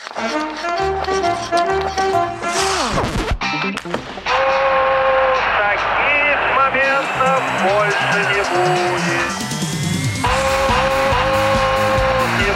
Таких моментов больше не будет. Не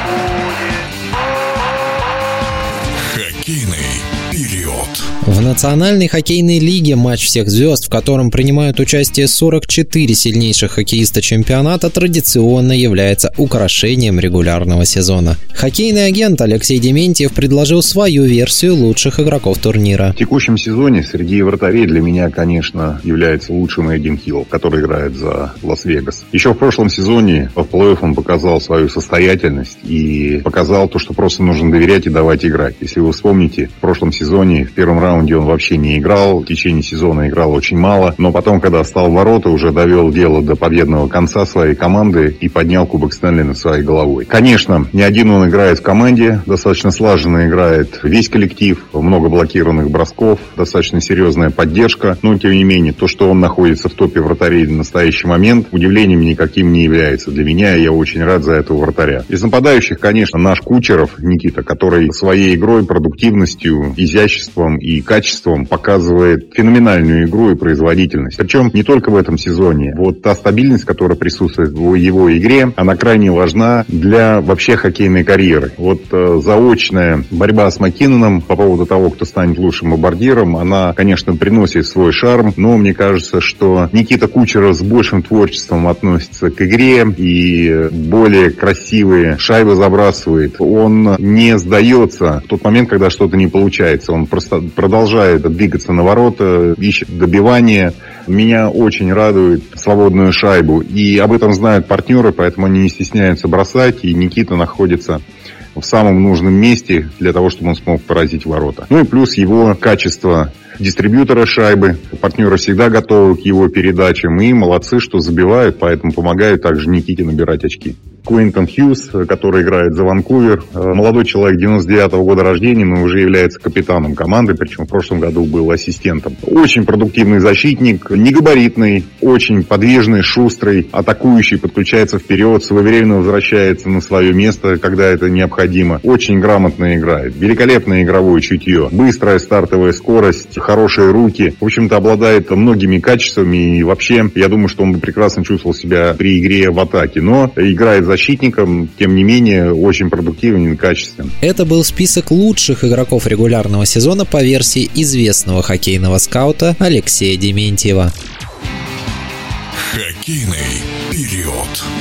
будет. Хоккейный период. В Национальной хоккейной лиге матч всех звезд, в котором принимают участие 44 сильнейших хоккеиста чемпионата, традиционно является украшением регулярного сезона. Хоккейный агент Алексей Дементьев предложил свою версию лучших игроков турнира. В текущем сезоне среди вратарей для меня, конечно, является лучшим Эдин Хилл, который играет за Лас-Вегас. Еще в прошлом сезоне в плей-офф он показал свою состоятельность и показал то, что просто нужно доверять и давать играть. Если вы вспомните, в прошлом сезоне в первом раунде он вообще не играл, в течение сезона играл очень мало, но потом, когда встал в ворота, уже довел дело до победного конца своей команды и поднял Кубок Стэнли над своей головой. Конечно, не один он играет в команде, достаточно слаженно играет весь коллектив, много блокированных бросков, достаточно серьезная поддержка, но тем не менее, то, что он находится в топе вратарей в настоящий момент, удивлением никаким не является для меня, и я очень рад за этого вратаря. Из нападающих, конечно, наш Кучеров Никита, который своей игрой, продуктивностью, изяществом и качеством показывает феноменальную игру и производительность. Причем не только в этом сезоне. Вот та стабильность, которая присутствует в его игре, она крайне важна для вообще хоккейной карьеры. Вот заочная борьба с Маккиноном по поводу того, кто станет лучшим бомбардиром, она, конечно, приносит свой шарм, но мне кажется, что Никита Кучеров с большим творчеством относится к игре и более красивые шайбы забрасывает. Он не сдается в тот момент, когда что-то не получается. Он просто продолжает двигаться на ворота, ищет добивание. Меня очень радует свободную шайбу. И об этом знают партнеры, поэтому они не стесняются бросать. И Никита находится в самом нужном месте для того, чтобы он смог поразить ворота. Ну и плюс его качество дистрибьютора шайбы. Партнеры всегда готовы к его передачам. И молодцы, что забивают, поэтому помогают также Никите набирать очки. Куинтон Хьюз, который играет за Ванкувер. Молодой человек 99-го года рождения, но уже является капитаном команды, причем в прошлом году был ассистентом. Очень продуктивный защитник, негабаритный, очень подвижный, шустрый, атакующий, подключается вперед, своевременно возвращается на свое место, когда это необходимо. Очень грамотно играет. Великолепное игровое чутье, быстрая стартовая скорость, хорошие руки. В общем-то, обладает многими качествами и вообще, я думаю, что он бы прекрасно чувствовал себя при игре в атаке. Но играет защитником, тем не менее, очень продуктивен и качествен. Это был список лучших игроков регулярного сезона по версии известного хоккейного скаута Алексея Дементьева. Хоккейный период.